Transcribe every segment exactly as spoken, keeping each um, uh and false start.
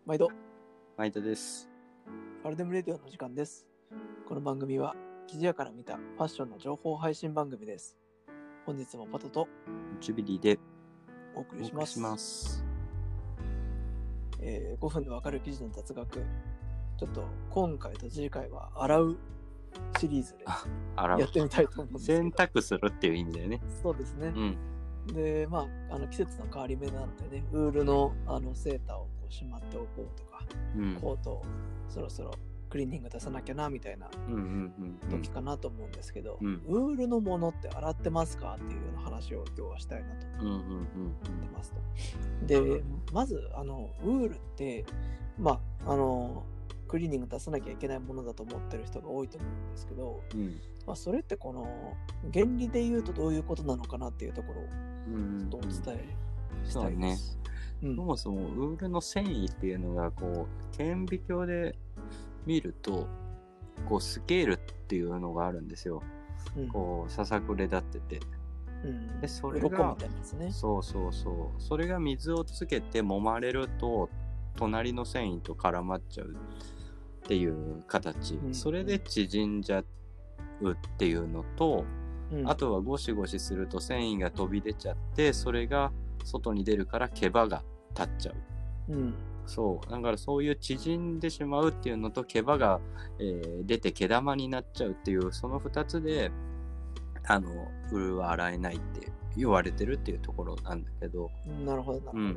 毎度毎度です。 ファルデムレディオの時間です。この番組は記事屋から見たファッションの情報配信番組です。本日もパトとジュビリーでお送りします。 しますえー、ごふんでわかる記事の雑学。ちょっと今回と次回は洗うシリーズでやってみたいと思うんですけど。 洗濯するっていう意味だよね。 そうですね。 うん。 で、まあ、あの季節の変わり目なのでね、ウールのあのセーターをこうしまっておこうとか、 うん、 コートをそろそろクリーニング出さなきゃなみたいな時かなと思うんですけど、 うんうんうん、ウールのものって洗ってますかっていうような話を今日はしたいなと思ってますと。で、まずあのウールってまああのクリーニング出さなきゃいけないものだと思ってる人が多いと思うんですけど、 うんまあ、それってこの原理で言うとどういうことなのかなっていうところをちょっとお伝えしたいです。 うんうん、そうね。うん、そもそもウールの繊維っていうのがこう顕微鏡で見るとこうスケールっていうのがあるんですよ。うん、こうささくれ立ってて、うん、でそれが、ね、そうそうそうそれが水をつけて揉まれると隣の繊維と絡まっちゃうっていう形、うん、それで縮んじゃうっていうのと、うん、あとはゴシゴシすると繊維が飛び出ちゃってそれが外に出るから毛羽が立っちゃう、うん、そうだからそういう縮んでしまうっていうのと毛羽が、えー、出て毛玉になっちゃうっていうそのふたつであのウールは洗えないって言われてるっていうところなんだけど、 なるほどなるほど、うん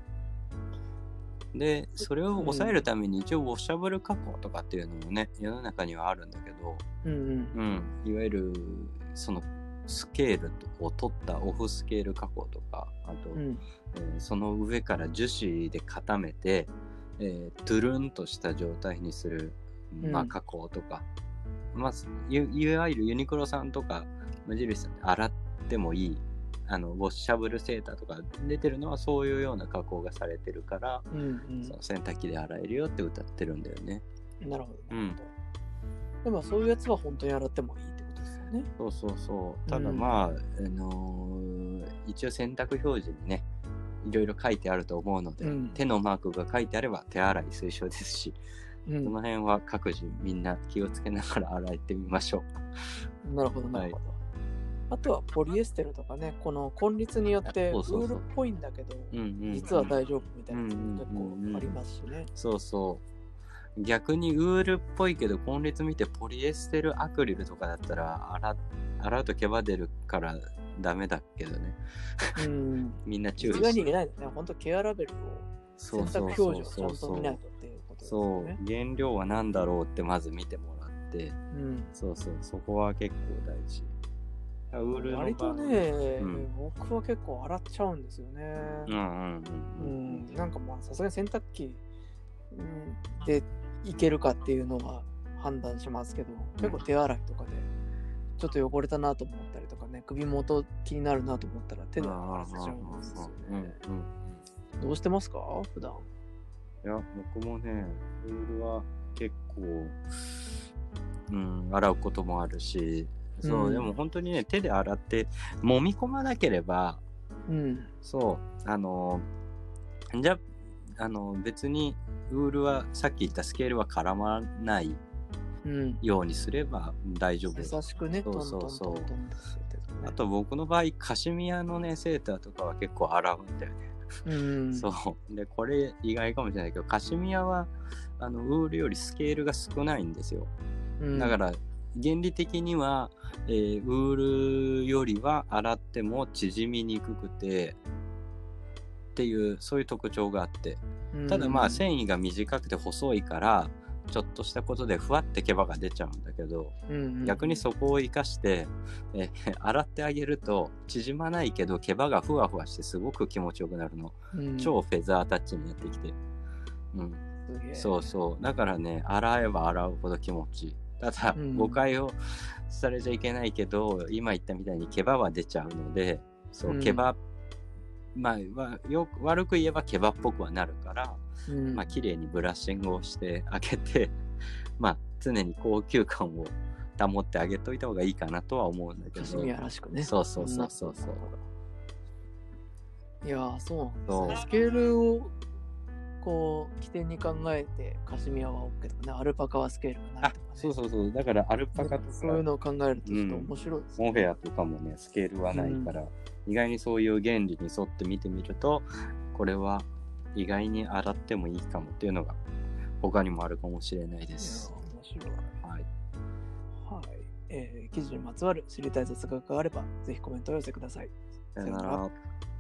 でそれを抑えるために一応ウォッシャブル加工とかっていうのもね世の中にはあるんだけど、うんうんうん、いわゆるそのスケールを取ったオフスケール加工とかあと、うんえー、その上から樹脂で固めて、えー、トゥルンとした状態にする、まあ、加工とか、うんまあ、い, いわゆるユニクロさんとか無印さんで洗ってもいいあのウォッシャブルセーターとか出てるのはそういうような加工がされてるから、うんうん、その洗濯機で洗えるよって歌ってるんだよね。 なるほど、なるほど。うん、でもそういうやつは本当に洗ってもいいってことですよね。 そうそうそう。ただまあ、うん、あのー、一応洗濯表示にねいろいろ書いてあると思うので、うん、手のマークが書いてあれば手洗い推奨ですし、うん、その辺は各自みんな気をつけながら洗ってみましょう。なるほどなるほど。はい、あとはポリエステルとかね、この根率によってウールっぽいんだけど、うんうんうん、実は大丈夫みたいなのも結構ありますしね、うんうんうん。 そうそう。逆にウールっぽいけど根率見てポリエステルアクリルとかだったら 洗, 洗うと毛羽出るからダメだけどね。うん、みんな注意して。 一概にいけないんだね。本当ケアラベルを洗濯表示をちゃんと見ないとっていうことですよね。 そう、原料は何だろうってまず見てもらって、うん、そうそう、そこは結構大事。 ウールの割とね、うん、僕は結構洗っちゃうんですよね。うんうんうんうん。なんかまあさすがに洗濯機でいけるかっていうのは判断しますけど、結構手洗いとかでちょっと汚れたなと思ったりとかね、首元気になるなと思ったら手で洗っちゃうんですよね。うんうん、どうしてますか普段？ いや僕もね、ウールは結構、うん、洗うこともあるし。そう、うん、でも本当にね手で洗って揉み込まなければ、うん、そうあのじゃあの別にウールはさっき言ったスケールは絡まないようにすれば大丈夫、 優しくね、 そうそうそう、あと僕の場合カシミヤのねセーターとかは結構洗うんだよね、うん、そうでこれ意外かもしれないけどカシミヤはあのウールよりスケールが少ないんですよ、うん、だから原理的には、えー、ウールよりは洗っても縮みにくくてっていうそういう特徴があって、ただまあ繊維が短くて細いからちょっとしたことでふわって毛羽が出ちゃうんだけど、うんうん、逆にそこを生かして、えー、洗ってあげると縮まないけど毛羽がふわふわしてすごく気持ちよくなるの、うん、超フェザータッチになってきて、うん、そうそうだからね洗えば洗うほど気持ちいい。ただ、うん、誤解をされちゃいけないけど今言ったみたいに毛羽は出ちゃうのでそう、うん、毛羽まあよく悪く言えば毛羽っぽくはなるから、うん、まあ綺麗にブラッシングをしてあげてまあ常に高級感を保ってあげといた方がいいかなとは思うんだけど、 カシミヤらしくね。 そうそうそうそうそう。 いやーそうなんですね。スケールをこう起点に考えてカシミヤは OK とかね、アルパカはスケールがないとか、ね、 そうそうそう、だからアルパカとかそういうのを考えるとちょっと面白いですね、うん、モフェアとかもねスケールはないから、うん、意外にそういう原理に沿って見てみるとこれは意外に洗ってもいいかもっていうのが他にもあるかもしれないです。 いや面白い。はい、はい、えー、記事にまつわる知りたい雑学があればぜひコメントを寄せください。 さよなら。